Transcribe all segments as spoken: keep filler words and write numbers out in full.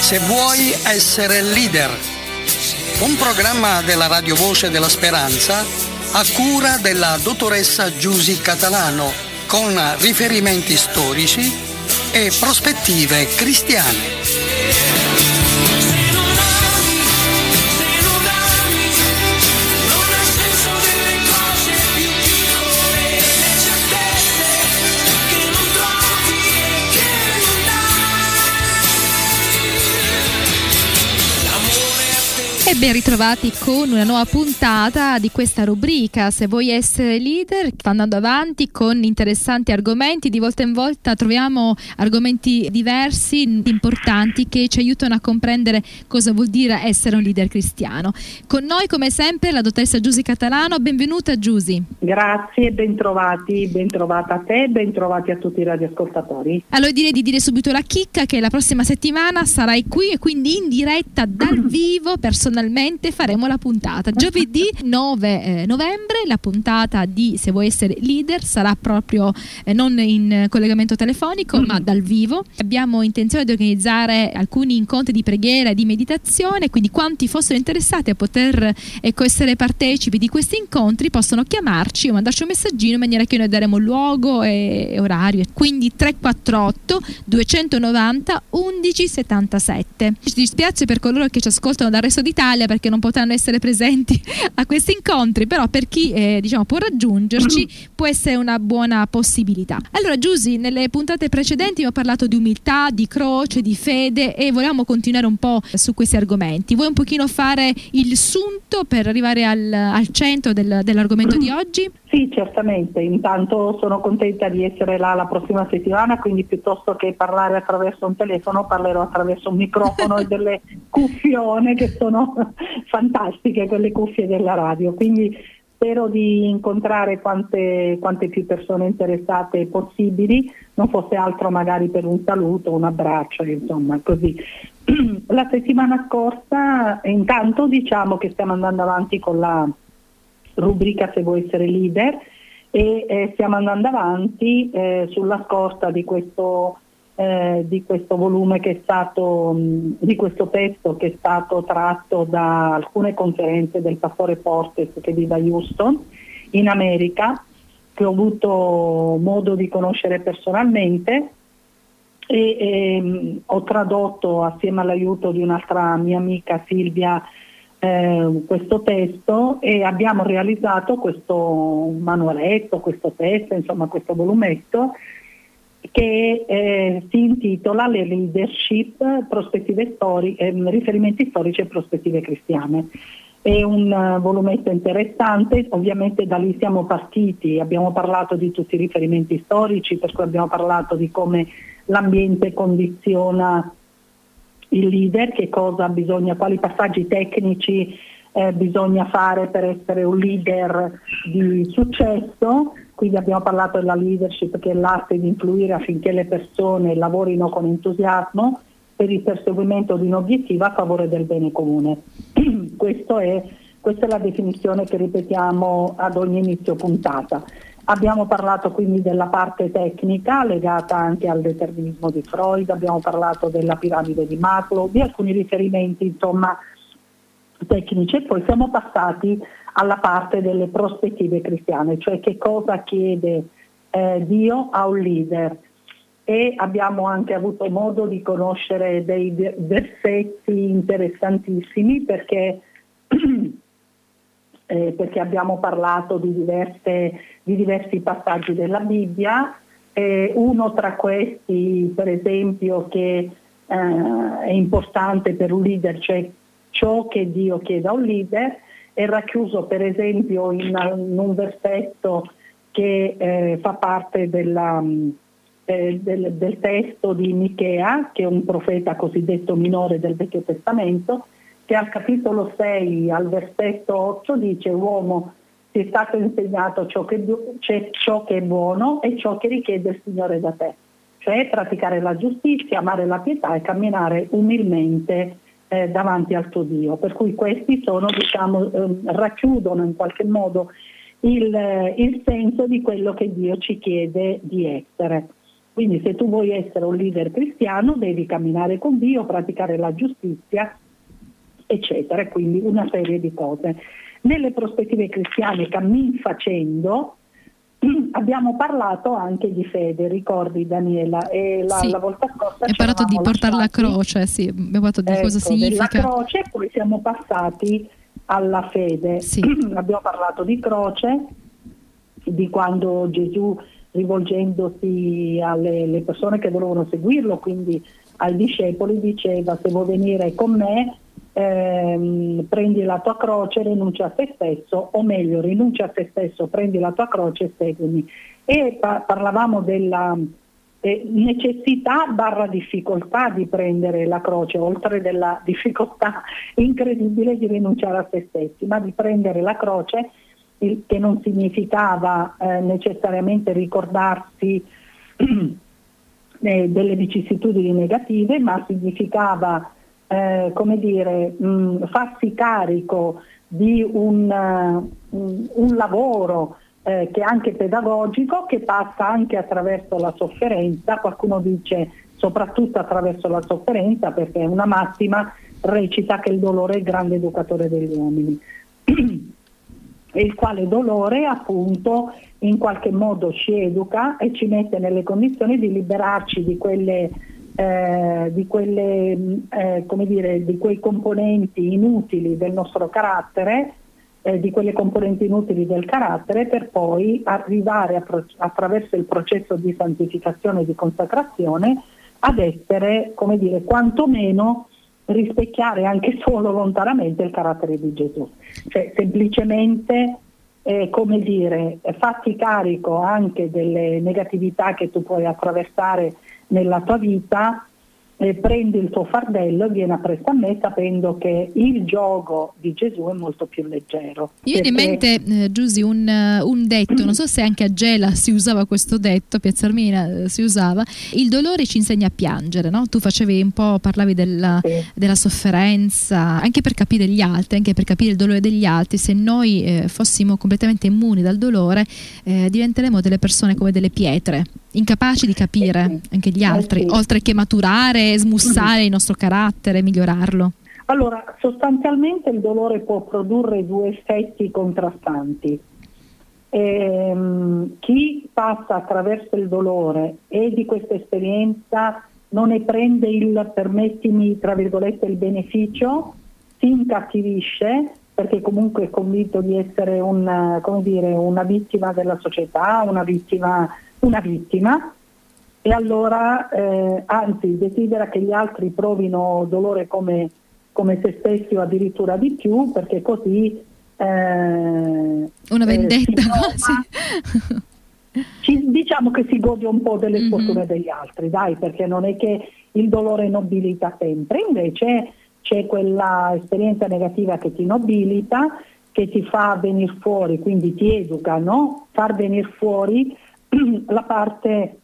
Se vuoi essere leader, un programma della Radio Voce della Speranza a cura della dottoressa Giusy Catalano con riferimenti storici e prospettive cristiane. E ben ritrovati con una nuova puntata di questa rubrica Se vuoi essere leader, andando avanti con interessanti argomenti. Di volta in volta troviamo argomenti diversi, importanti, che ci aiutano a comprendere cosa vuol dire essere un leader cristiano. Con noi come sempre la dottoressa Giusy Catalano. Benvenuta Giusy. Grazie, bentrovati, bentrovata a te, bentrovati a tutti i radioascoltatori. Allora direi di dire subito la chicca che la prossima settimana sarai qui e quindi in diretta dal vivo personalmente faremo la puntata giovedì nove eh, novembre. La puntata di Se vuoi essere leader sarà proprio eh, non in collegamento telefonico ma dal vivo. Abbiamo intenzione di organizzare alcuni incontri di preghiera e di meditazione, quindi quanti fossero interessati a poter ecco, essere partecipi di questi incontri possono chiamarci o mandarci un messaggino in maniera che noi daremo luogo e, e orario. Quindi tre quattro otto due nove zero undici settantasette. Ci dispiace per coloro che ci ascoltano dal resto d'Italia perché non potranno essere presenti a questi incontri, però per chi eh, diciamo può raggiungerci può essere una buona possibilità. Allora Giusy, nelle puntate precedenti ho parlato di umiltà, di croce, di fede e volevamo continuare un po' su questi argomenti. Vuoi un pochino fare il sunto per arrivare al, al centro del, dell'argomento di oggi? Sì, certamente. Intanto sono contenta di essere là la prossima settimana, quindi piuttosto che parlare attraverso un telefono parlerò attraverso un microfono e delle cuffione che sono fantastiche, quelle cuffie della radio. Quindi spero di incontrare quante, quante più persone interessate possibili, non fosse altro magari per un saluto, un abbraccio, insomma così. La settimana scorsa, intanto diciamo che stiamo andando avanti con la rubrica Se vuoi essere leader e eh, stiamo andando avanti eh, sulla scorta di questo eh, di questo volume che è stato mh, di questo testo che è stato tratto da alcune conferenze del pastore Portes che vive a Houston in America, che ho avuto modo di conoscere personalmente e, e mh, ho tradotto assieme all'aiuto di un'altra mia amica Silvia Eh, questo testo e abbiamo realizzato questo manualetto, questo testo, insomma questo volumetto che eh, si intitola Le leadership, prospettive storiche, eh, riferimenti storici e prospettive cristiane. È un uh, volumetto interessante, ovviamente da lì siamo partiti, abbiamo parlato di tutti i riferimenti storici, per cui abbiamo parlato di come l'ambiente condiziona il leader, che cosa bisogna, quali passaggi tecnici eh, bisogna fare per essere un leader di successo. Quindi abbiamo parlato della leadership, che è l'arte di influire affinché le persone lavorino con entusiasmo per il perseguimento di un obiettivo a favore del bene comune. Questo è, questa è la definizione che ripetiamo ad ogni inizio puntata. Abbiamo parlato quindi della parte tecnica legata anche al determinismo di Freud, abbiamo parlato della piramide di Maslow, di alcuni riferimenti insomma tecnici, e poi siamo passati alla parte delle prospettive cristiane, cioè che cosa chiede eh, Dio a un leader, e abbiamo anche avuto modo di conoscere dei versetti interessantissimi perché Eh, perché abbiamo parlato di, diverse, di diversi passaggi della Bibbia, eh, uno tra questi per esempio che eh, è importante per un leader, cioè ciò che Dio chiede a un leader, è racchiuso per esempio in, in un versetto che eh, fa parte della, eh, del, del testo di Michea, che è un profeta cosiddetto minore del Vecchio Testamento, che al capitolo sei, al versetto otto, dice: uomo, ti è stato insegnato ciò che, c'è ciò che è buono e ciò che richiede il Signore da te, cioè praticare la giustizia, amare la pietà e camminare umilmente eh, davanti al tuo Dio. Per cui questi sono, diciamo, eh, racchiudono in qualche modo il, il senso di quello che Dio ci chiede di essere. Quindi se tu vuoi essere un leader cristiano devi camminare con Dio, praticare la giustizia, eccetera, e quindi una serie di cose. Nelle prospettive cristiane cammin facendo abbiamo parlato anche di fede, ricordi Daniela? E la, sì. la volta scorsa abbiamo parlato di portare la croce, sì, abbiamo parlato di ecco, cosa significa la croce, poi siamo passati alla fede. Sì. Abbiamo parlato di croce, di quando Gesù, rivolgendosi alle le persone che volevano seguirlo, quindi ai discepoli, diceva: se vuoi venire con me, ehm, prendi la tua croce, rinuncia a te stesso, o meglio, rinuncia a te stesso, prendi la tua croce e seguimi. E pa- parlavamo della eh, necessità barra difficoltà di prendere la croce, oltre della difficoltà incredibile di rinunciare a se stessi, ma di prendere la croce, il, che non significava eh, necessariamente ricordarsi eh, delle vicissitudini negative, ma significava eh, come dire, mh, farsi carico di un, uh, un, un lavoro eh, che è anche pedagogico, che passa anche attraverso la sofferenza. Qualcuno dice soprattutto attraverso la sofferenza, perché è una massima, recita che il dolore è il grande educatore degli uomini. E il quale dolore appunto in qualche modo ci educa e ci mette nelle condizioni di liberarci di quelle, eh, di quelle eh, come dire, di quei componenti inutili del nostro carattere, eh, di quelle componenti inutili del carattere, per poi arrivare a, attraverso il processo di santificazione e di consacrazione ad essere, come dire, quantomeno rispecchiare anche solo lontanamente il carattere di Gesù. Cioè semplicemente eh, come dire, fatti carico anche delle negatività che tu puoi attraversare nella tua vita, eh, prendi il tuo fardello e vieni appresso a me, sapendo che il giogo di Gesù è molto più leggero. Mi viene in mente, eh, Giusy, un, un detto, non so se anche a Gela si usava questo detto, a Piazza Armina eh, si usava: il dolore ci insegna a piangere, no? Tu facevi un po', parlavi della, sì. della sofferenza, anche per capire gli altri, anche per capire il dolore degli altri. Se noi eh, fossimo completamente immuni dal dolore, eh, diventeremo delle persone come delle pietre, incapaci di capire eh sì. anche gli altri, eh sì. oltre che maturare, smussare mm. il nostro carattere, migliorarlo. Allora, sostanzialmente il dolore può produrre due effetti contrastanti. Ehm, chi passa attraverso il dolore e di questa esperienza non ne prende il, permettimi, tra virgolette, il beneficio, si incattivisce, perché comunque è convinto di essere un, come dire, una vittima della società, una vittima, una vittima, e allora eh, anzi desidera che gli altri provino dolore come, come se stessi o addirittura di più, perché così eh, una vendetta eh, quasi. Ci, diciamo che si gode un po' delle sfortune mm-hmm. degli altri, dai, perché non è che il dolore nobilita sempre, invece c'è quella esperienza negativa che ti nobilita, che ti fa venire fuori, quindi ti educa, no? Far venire fuori la parte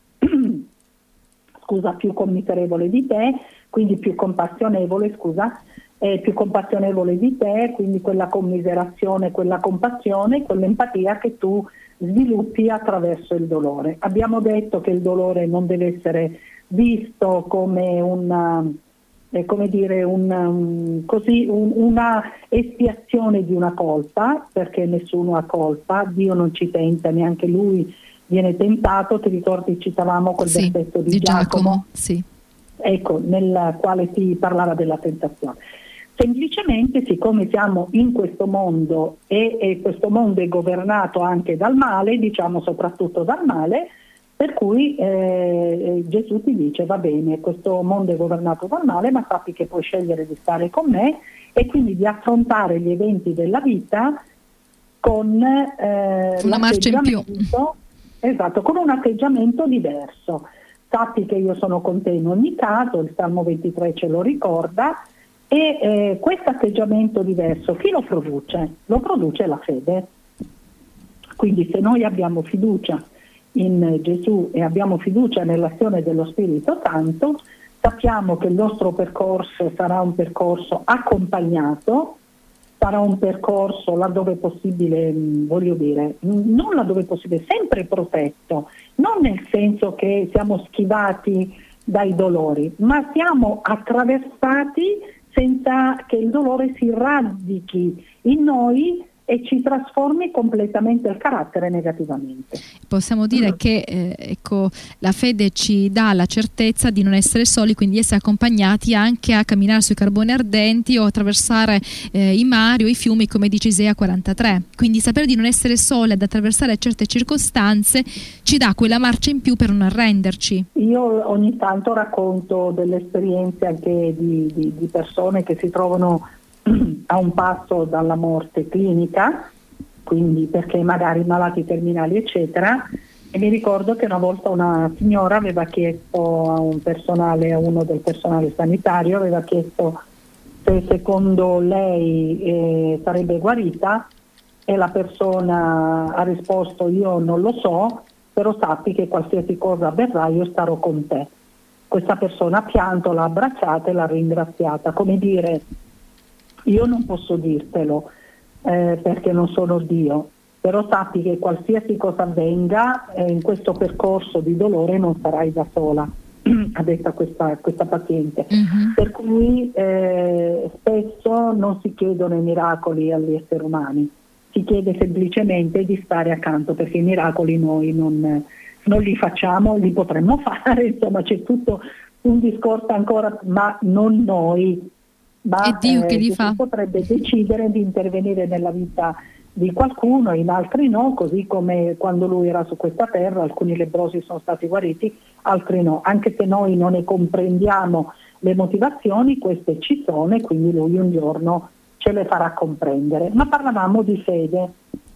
scusa più commiserevole di te, quindi più compassionevole, scusa, eh, più compassionevole di te, quindi quella commiserazione, quella compassione, quell'empatia che tu sviluppi attraverso il dolore. Abbiamo detto che il dolore non deve essere visto come una, eh, come dire, un, um, così, un, una espiazione di una colpa, perché nessuno ha colpa, Dio non ci tenta, neanche Lui viene tentato. Ti ricordi, citavamo quel sì, versetto di, di Giacomo, Giacomo sì. ecco, nel quale si parlava della tentazione. Semplicemente, siccome siamo in questo mondo e, e questo mondo è governato anche dal male, diciamo soprattutto dal male, per cui eh, Gesù ti dice: va bene, questo mondo è governato dal male, ma sappi che puoi scegliere di stare con me e quindi di affrontare gli eventi della vita con eh, una marcia in più. Esatto, con un atteggiamento diverso. Sappi che io sono con te in ogni caso, il Salmo ventitré ce lo ricorda, e eh, questo atteggiamento diverso chi lo produce? Lo produce la fede. Quindi se noi abbiamo fiducia in Gesù e abbiamo fiducia nell'azione dello Spirito Santo, sappiamo che il nostro percorso sarà un percorso accompagnato sarà un percorso laddove possibile, voglio dire, non laddove possibile, sempre protetto, non nel senso che siamo schivati dai dolori, ma siamo attraversati senza che il dolore si radichi in noi e ci trasformi completamente il carattere negativamente. Possiamo dire mm. che eh, ecco, la fede ci dà la certezza di non essere soli, quindi essere accompagnati anche a camminare sui carboni ardenti o attraversare eh, i mari o i fiumi, come dice Isaia quarantatré. Quindi sapere di non essere soli ad attraversare certe circostanze ci dà quella marcia in più per non arrenderci. Io ogni tanto racconto delle esperienze anche di, di, di persone che si trovano a un passo dalla morte clinica, quindi perché magari malati terminali eccetera, e mi ricordo che una volta una signora aveva chiesto a un personale, a uno del personale sanitario, aveva chiesto se secondo lei eh, sarebbe guarita, e la persona ha risposto: io non lo so, però sappi che qualsiasi cosa avverrà io starò con te. Questa persona ha pianto, l'ha abbracciata e l'ha ringraziata, come dire: io non posso dirtelo eh, perché non sono Dio, però sappi che qualsiasi cosa avvenga eh, in questo percorso di dolore non sarai da sola, ha detto questa, questa paziente. Uh-huh. Per cui eh, spesso non si chiedono i miracoli agli esseri umani, si chiede semplicemente di stare accanto, perché i miracoli noi non, non li facciamo, li potremmo fare, insomma c'è tutto un discorso ancora, ma non noi. Ma è Dio eh, che li fa. Potrebbe decidere di intervenire nella vita di qualcuno, in altri no, così come quando lui era su questa terra alcuni lebbrosi sono stati guariti, altri no, anche se noi non ne comprendiamo le motivazioni, queste ci sono e quindi lui un giorno ce le farà comprendere. Ma parlavamo di fede.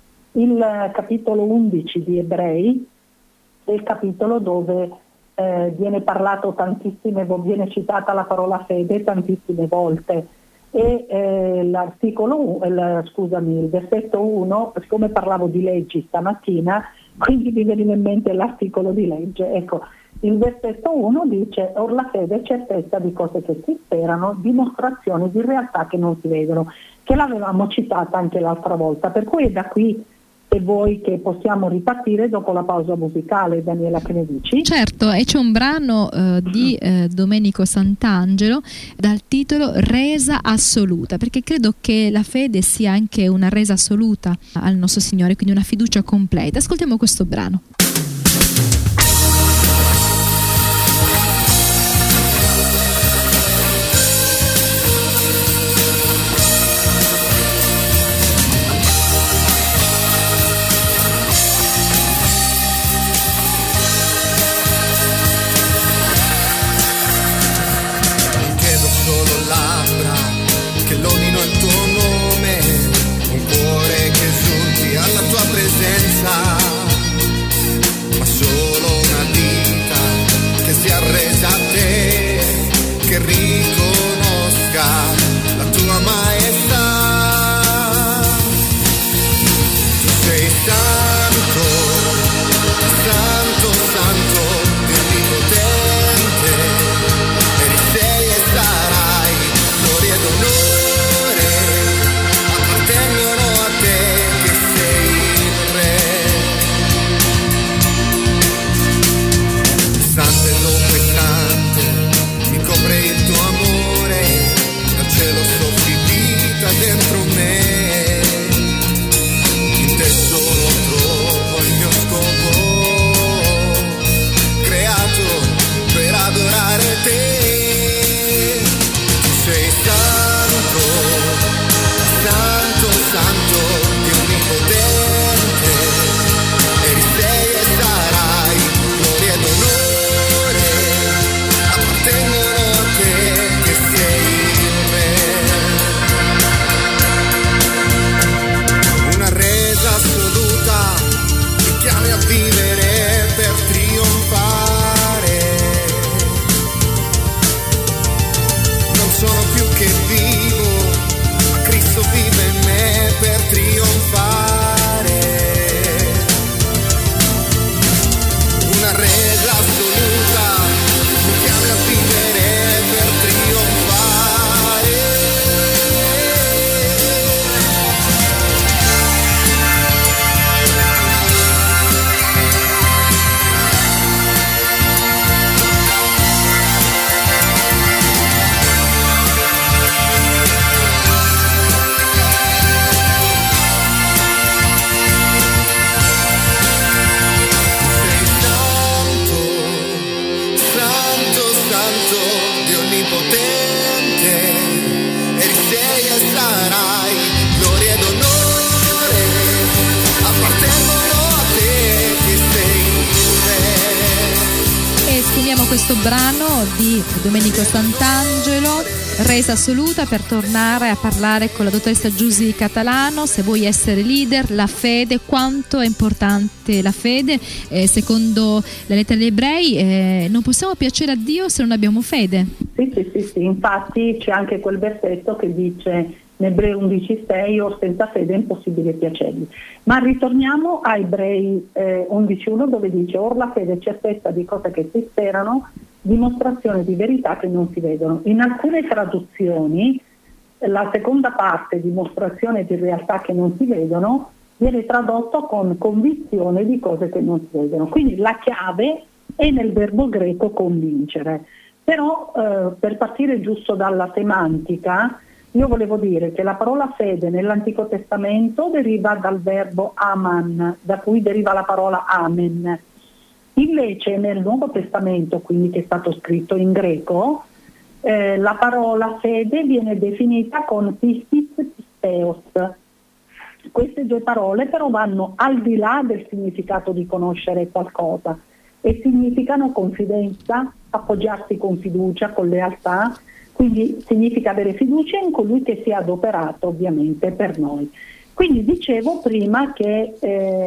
Il capitolo undici di Ebrei è il capitolo dove Eh, viene parlato tantissime, viene citata la parola fede tantissime volte, e eh, l'articolo, il, scusami, il versetto uno, siccome parlavo di leggi stamattina, quindi mi veniva in mente l'articolo di legge, ecco, il versetto uno dice: or la fede è certezza di cose che si sperano, dimostrazione di realtà che non si vedono, che l'avevamo citata anche l'altra volta, per cui è da qui, se vuoi, che possiamo ripartire dopo la pausa musicale. Daniela, che ne dici? Certo, e c'è un brano eh, di eh, Domenico Sant'Angelo dal titolo Resa assoluta, perché credo che la fede sia anche una resa assoluta al nostro Signore, quindi una fiducia completa. Ascoltiamo questo brano. questo brano di Domenico Sant'Angelo, Resa assoluta, per tornare a parlare con la dottoressa Giusy Catalano. Se vuoi essere leader, la fede, quanto è importante la fede. Eh, secondo la lettera degli Ebrei eh, non possiamo piacere a Dio se non abbiamo fede. Sì, sì, sì, sì. Infatti c'è anche quel versetto che dice in Ebrei undici sei, o senza fede è impossibile piacergli. Ma ritorniamo a Ebrei eh, undici uno, dove dice: or la fede è certezza di cose che si sperano, dimostrazione di verità che non si vedono. In alcune traduzioni la seconda parte, dimostrazione di realtà che non si vedono, viene tradotto con convinzione di cose che non si vedono. Quindi la chiave è nel verbo greco convincere. Però eh, per partire giusto dalla semantica, io volevo dire che la parola fede nell'Antico Testamento deriva dal verbo aman, da cui deriva la parola amen. Invece nel Nuovo Testamento, quindi che è stato scritto in greco, eh, la parola fede viene definita con pistis pisteos. Queste due parole però vanno al di là del significato di conoscere qualcosa e significano confidenza, appoggiarsi con fiducia, con lealtà. Quindi significa avere fiducia in colui che si è adoperato ovviamente per noi. Quindi dicevo prima che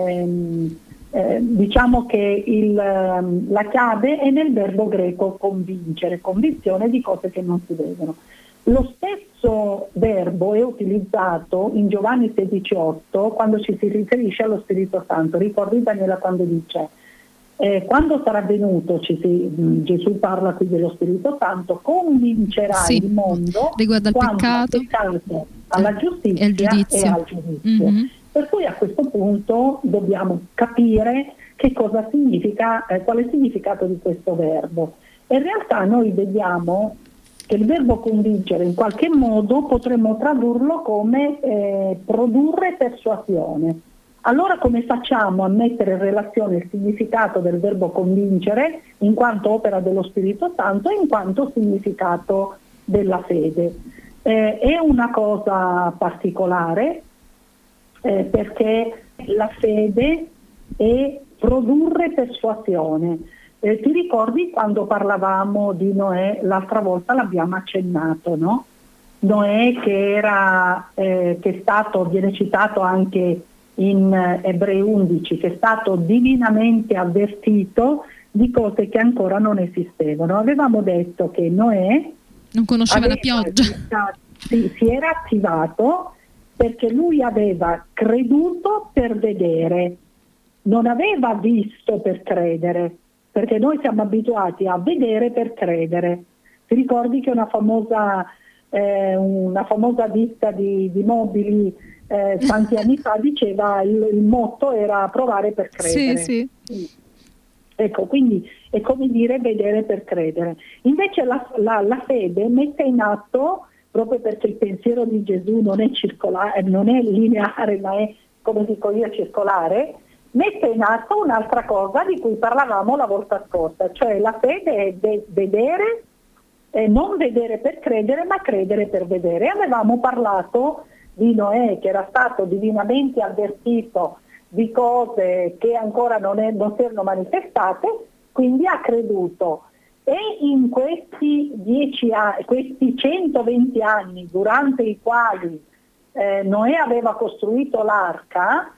ehm, eh, diciamo che il, la chiave è nel verbo greco convincere, convinzione di cose che non si vedono. Lo stesso verbo è utilizzato in Giovanni sedici otto quando ci si riferisce allo Spirito Santo. Ricordi Daniela quando dice Eh, quando sarà venuto, ci si, mh, Gesù parla qui dello Spirito Santo, convincerà sì, il mondo riguardo al peccato, peccato, alla giustizia e al giudizio. E al giudizio. Mm-hmm. Per cui a questo punto dobbiamo capire che cosa significa, eh, qual è il significato di questo verbo. In realtà noi vediamo che il verbo convincere in qualche modo potremmo tradurlo come eh, produrre persuasione. Allora come facciamo a mettere in relazione il significato del verbo convincere in quanto opera dello Spirito Santo e in quanto significato della fede? Eh, è una cosa particolare eh, perché la fede è produrre persuasione. Eh, ti ricordi quando parlavamo di Noè, l'altra volta l'abbiamo accennato, no? Noè che era eh, che è stato, viene citato anche in Ebrei undici, che è stato divinamente avvertito di cose che ancora non esistevano. Avevamo detto che Noè non conosceva la pioggia, si, si era attivato perché lui aveva creduto per vedere, non aveva visto per credere, perché noi siamo abituati a vedere per credere. Ti ricordi che una famosa, eh, una famosa ditta di, di mobili Eh, tanti anni fa diceva il, il motto era provare per credere. Sì, sì. Ecco, quindi è come dire vedere per credere. Invece la, la, la fede mette in atto, proprio perché il pensiero di Gesù non è circolare, non è lineare, ma è, come dico io, circolare, mette in atto un'altra cosa di cui parlavamo la volta scorsa, cioè la fede è de- vedere, eh, non vedere per credere, ma credere per vedere. Avevamo parlato di Noè che era stato divinamente avvertito di cose che ancora non, è, non si erano manifestate, quindi ha creduto. E in questi dieci anni, questi centoventi anni durante i quali eh, Noè aveva costruito l'arca,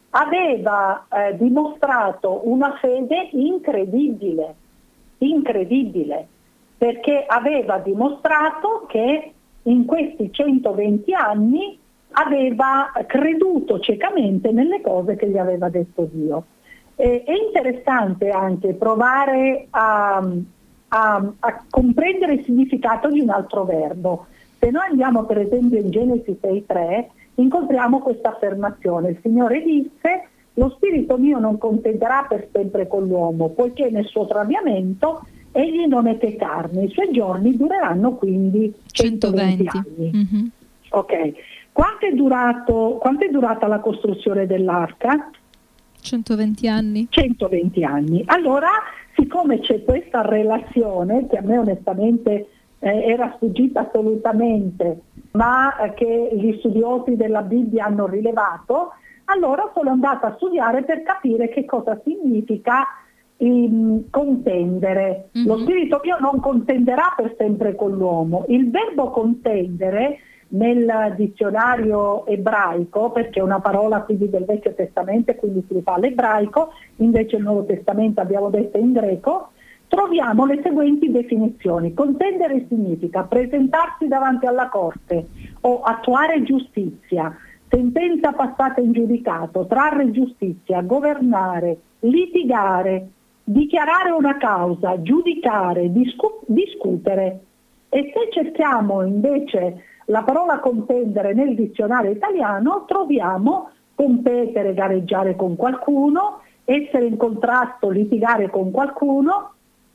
aveva eh, dimostrato una fede incredibile, incredibile, perché aveva dimostrato che in questi centoventi anni aveva creduto ciecamente nelle cose che gli aveva detto Dio. E, è interessante anche provare a, a, a comprendere il significato di un altro verbo. Se noi andiamo per esempio in Genesi sei tre, incontriamo questa affermazione: il Signore disse: lo spirito mio non contenderà per sempre con l'uomo, poiché nel suo traviamento egli non è che carne, i suoi giorni dureranno quindi centoventi, centoventi. anni. Mm-hmm. Ok. Quanto è durato, quanto è durata la costruzione dell'arca? centoventi anni. centoventi anni. Allora, siccome c'è questa relazione, che a me onestamente eh, era sfuggita assolutamente, ma eh, che gli studiosi della Bibbia hanno rilevato, allora sono andata a studiare per capire che cosa significa in contendere. Mm-hmm. Lo spirito mio non contenderà per sempre con l'uomo. Il verbo contendere nel dizionario ebraico, perché è una parola quindi del Vecchio Testamento e quindi si rifà all'ebraico, invece il Nuovo Testamento abbiamo detto in greco, troviamo le seguenti definizioni. Contendere significa presentarsi davanti alla corte o attuare giustizia, sentenza passata in giudicato, trarre giustizia, governare, litigare, dichiarare una causa, giudicare, discu- discutere. E se cerchiamo invece la parola contendere nel dizionario italiano, troviamo competere, gareggiare con qualcuno, essere in contrasto, litigare con qualcuno,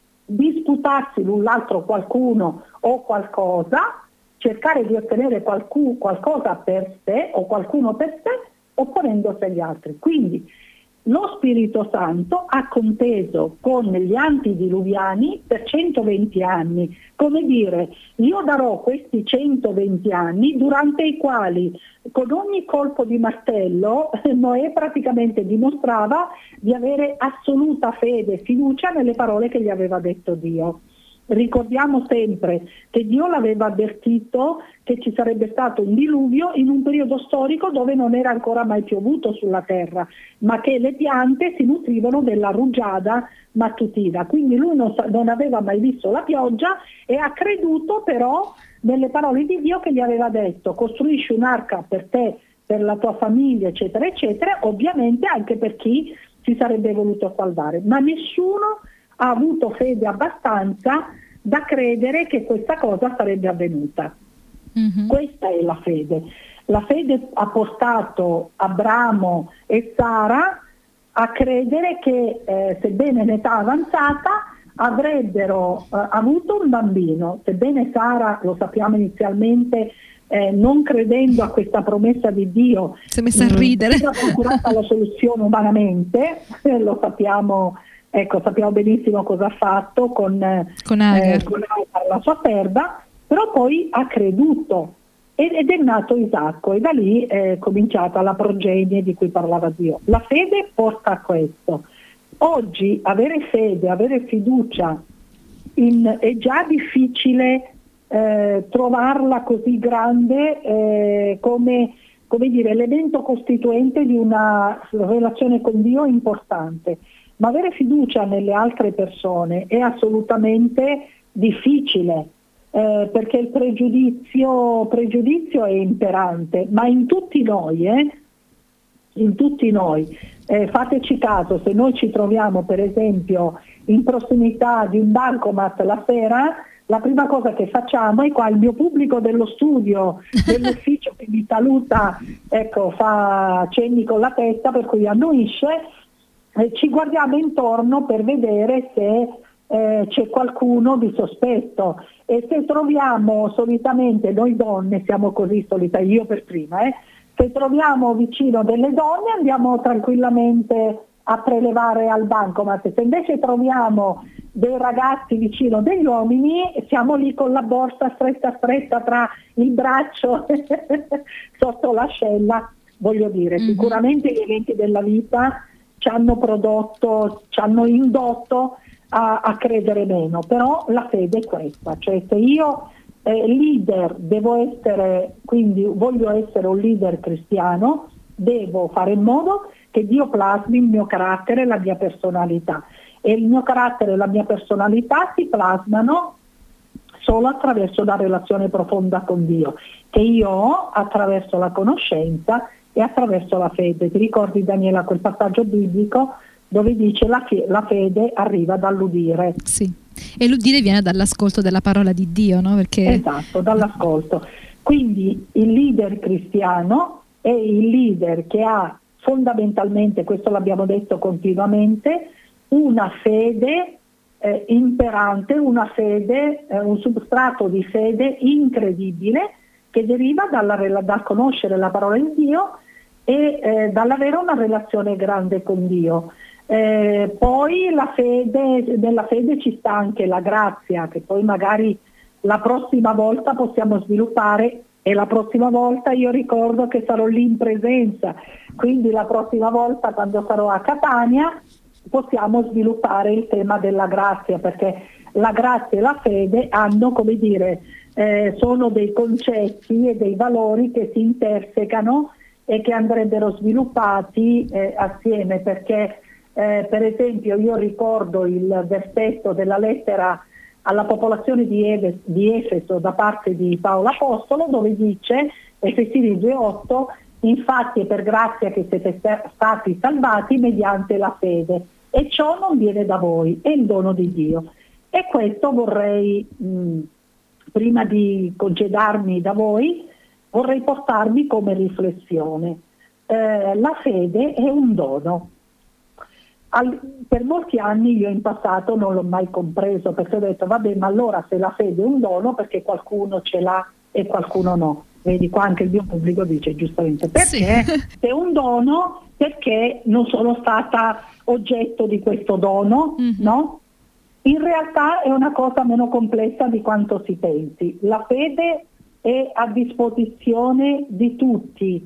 disputarsi l'un l'altro qualcuno o qualcosa, cercare di ottenere qualcu- qualcosa per sé o qualcuno per sé, opponendosi agli altri. Quindi lo Spirito Santo ha conteso con gli antediluviani per centoventi anni, come dire, io darò questi centoventi anni durante i quali con ogni colpo di martello Noè praticamente dimostrava di avere assoluta fede e fiducia nelle parole che gli aveva detto Dio. Ricordiamo sempre che Dio l'aveva avvertito che ci sarebbe stato un diluvio in un periodo storico dove non era ancora mai piovuto sulla terra, ma che le piante si nutrivano della rugiada mattutina. Quindi lui non, non aveva mai visto la pioggia e ha creduto però nelle parole di Dio che gli aveva detto: costruisci un'arca per te, per la tua famiglia, eccetera, eccetera, ovviamente anche per chi si sarebbe voluto salvare. Ma nessuno ha avuto fede abbastanza da credere che questa cosa sarebbe avvenuta. Mm-hmm. Questa è la fede. La fede ha portato Abramo e Sara a credere che, eh, sebbene in età avanzata, avrebbero eh, avuto un bambino. Sebbene Sara, lo sappiamo inizialmente, eh, non credendo a questa promessa di Dio, si è messa a ridere, si era procurata la soluzione umanamente, eh, lo sappiamo. Ecco, sappiamo benissimo cosa ha fatto con, con Agar, eh, con Agar la sua serva, però poi ha creduto ed, ed è nato Isacco e da lì è cominciata la progenie di cui parlava Dio. La fede porta a questo. Oggi avere fede, avere fiducia, in, è già difficile eh, trovarla così grande eh, come, come dire, elemento costituente di una relazione con Dio importante. Ma avere fiducia nelle altre persone è assolutamente difficile, eh, perché il pregiudizio, pregiudizio è imperante, ma in tutti noi, eh, in tutti noi. Eh, fateci caso, se noi ci troviamo per esempio in prossimità di un bancomat la sera, la prima cosa che facciamo è qua il mio pubblico dello studio, dell'ufficio che mi saluta, ecco, fa cenni con la testa, per cui annuisce. Eh, ci guardiamo intorno per vedere se eh, c'è qualcuno di sospetto e se troviamo, solitamente noi donne siamo così, solita, io per prima, eh, se troviamo vicino delle donne andiamo tranquillamente a prelevare al bancomat. Se invece troviamo dei ragazzi vicino degli uomini, siamo lì con la borsa stretta stretta tra il braccio sotto l'ascella. Voglio dire, mm-hmm. Sicuramente gli eventi della vita ci hanno prodotto, ci hanno indotto a, a credere meno, però la fede è questa, cioè se io eh, leader devo essere, quindi voglio essere un leader cristiano, devo fare in modo che Dio plasmi il mio carattere e la mia personalità, e il mio carattere e la mia personalità si plasmano solo attraverso una relazione profonda con Dio, che io ho attraverso la conoscenza e attraverso la fede. Ti ricordi, Daniela, quel passaggio biblico dove dice la, fie- la fede arriva dall'udire? Sì, e l'udire viene dall'ascolto della parola di Dio, no? Perché... Esatto, dall'ascolto. Quindi il leader cristiano è il leader che ha fondamentalmente, questo l'abbiamo detto continuamente, una fede eh, imperante, una fede, eh, un substrato di fede incredibile, che deriva dalla, dal conoscere la parola di Dio e eh, dall'avere una relazione grande con Dio. Eh, poi la fede, nella fede ci sta anche la grazia, che poi magari la prossima volta possiamo sviluppare, e la prossima volta io ricordo che sarò lì in presenza, quindi la prossima volta quando sarò a Catania possiamo sviluppare il tema della grazia, perché la grazia e la fede hanno, come dire, eh, sono dei concetti e dei valori che si intersecano e che andrebbero sviluppati eh, assieme, perché eh, per esempio io ricordo il versetto della lettera alla popolazione di, Eve, di Efeso da parte di Paolo Apostolo, dove dice, Efesini due otto, infatti è per grazia che siete stati salvati mediante la fede, e ciò non viene da voi, è il dono di Dio. E questo vorrei, mh, prima di congedarmi da voi, vorrei portarvi come riflessione. Eh, la fede è un dono. Al, per molti anni io in passato non l'ho mai compreso, perché ho detto vabbè, ma allora se la fede è un dono, perché qualcuno ce l'ha e qualcuno no. Vedi qua anche il mio pubblico dice giustamente perché sì. È un dono perché non sono stata oggetto di questo dono, mm-hmm. no? In realtà è una cosa meno complessa di quanto si pensi. La fede è a disposizione di tutti.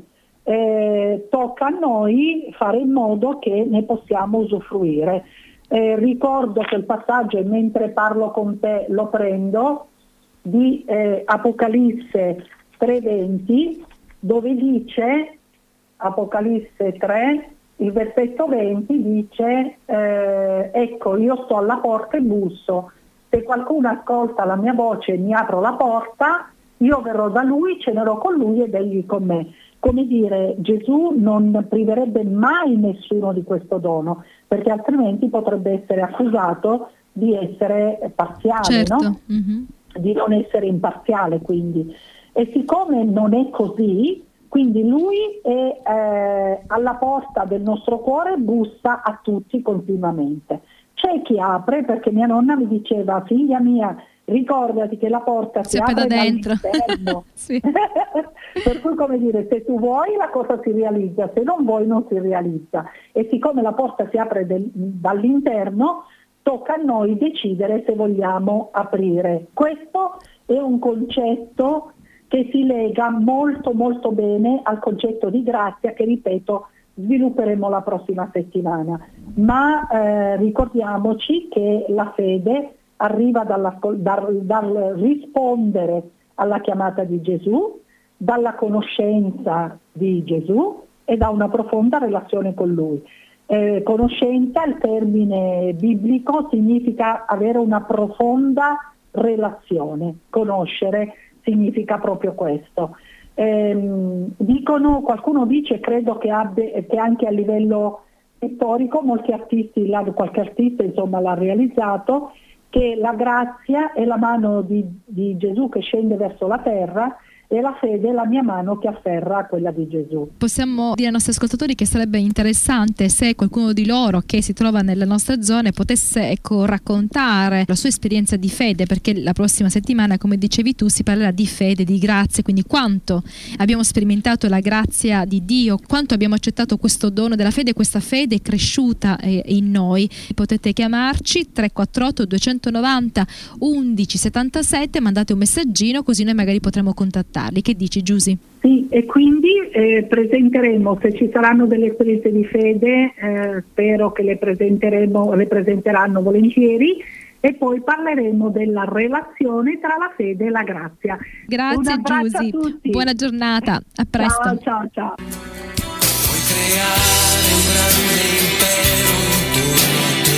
Eh, tocca a noi fare in modo che ne possiamo usufruire. Eh, ricordo che il passaggio, e mentre parlo con te lo prendo, di eh, Apocalisse tre venti, dove dice, Apocalisse tre, il versetto venti dice eh, ecco, io sto alla porta e busso, se qualcuno ascolta la mia voce e mi apro la porta, io verrò da lui, cenerò con lui ed egli con me. Come dire, Gesù non priverebbe mai nessuno di questo dono, perché altrimenti potrebbe essere accusato di essere parziale, certo. no? Mm-hmm. Di non essere imparziale, quindi. E siccome non è così, quindi lui è eh, alla porta del nostro cuore, bussa a tutti continuamente. C'è chi apre, perché mia nonna mi diceva, figlia mia, ricordati che la porta si, si apre da dentro. Sì. Per cui, come dire, se tu vuoi la cosa si realizza, se non vuoi non si realizza. E siccome la porta si apre del, dall'interno, tocca a noi decidere se vogliamo aprire. Questo è un concetto che si lega molto molto bene al concetto di grazia, che ripeto svilupperemo la prossima settimana. Ma eh, ricordiamoci che la fede arriva dalla, dal, dal rispondere alla chiamata di Gesù, dalla conoscenza di Gesù e da una profonda relazione con Lui. Eh, conoscenza, il termine biblico, significa avere una profonda relazione. Conoscere significa proprio questo. Eh, dicono, qualcuno dice, credo che, abbia, che anche a livello storico, molti artisti, qualche artista insomma l'ha realizzato, che la grazia è la mano di, di Gesù che scende verso la terra, e la fede è la mia mano che afferra quella di Gesù. Possiamo dire ai nostri ascoltatori che sarebbe interessante se qualcuno di loro che si trova nelle nostre zone potesse, ecco, raccontare la sua esperienza di fede, perché la prossima settimana, come dicevi tu, si parlerà di fede, di grazia, quindi quanto abbiamo sperimentato la grazia di Dio, quanto abbiamo accettato questo dono della fede, questa fede è cresciuta eh, in noi. Potete chiamarci tre quattro otto due nove zero uno uno sette sette, mandate un messaggino così noi magari potremo contattarli. Che dici, Giusy? Sì, e quindi eh, presenteremo, se ci saranno delle esperienze di fede, eh, spero che le presenteremo, le presenteranno volentieri, e poi parleremo della relazione tra la fede e la grazia. Grazie Giusy, buona giornata, a presto. Ciao, ciao, ciao. Puoi creare un grande impero intorno a te,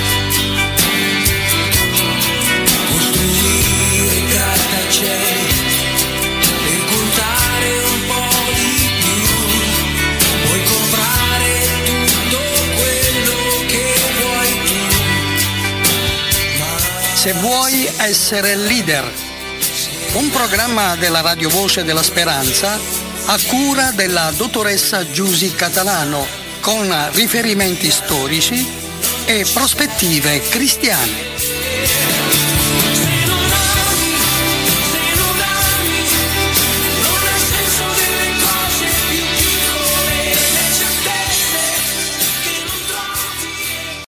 costruire grattacieli, Se vuoi essere leader, un programma della Radio Voce della Speranza a cura della dottoressa Giusy Catalano, con riferimenti storici e prospettive cristiane.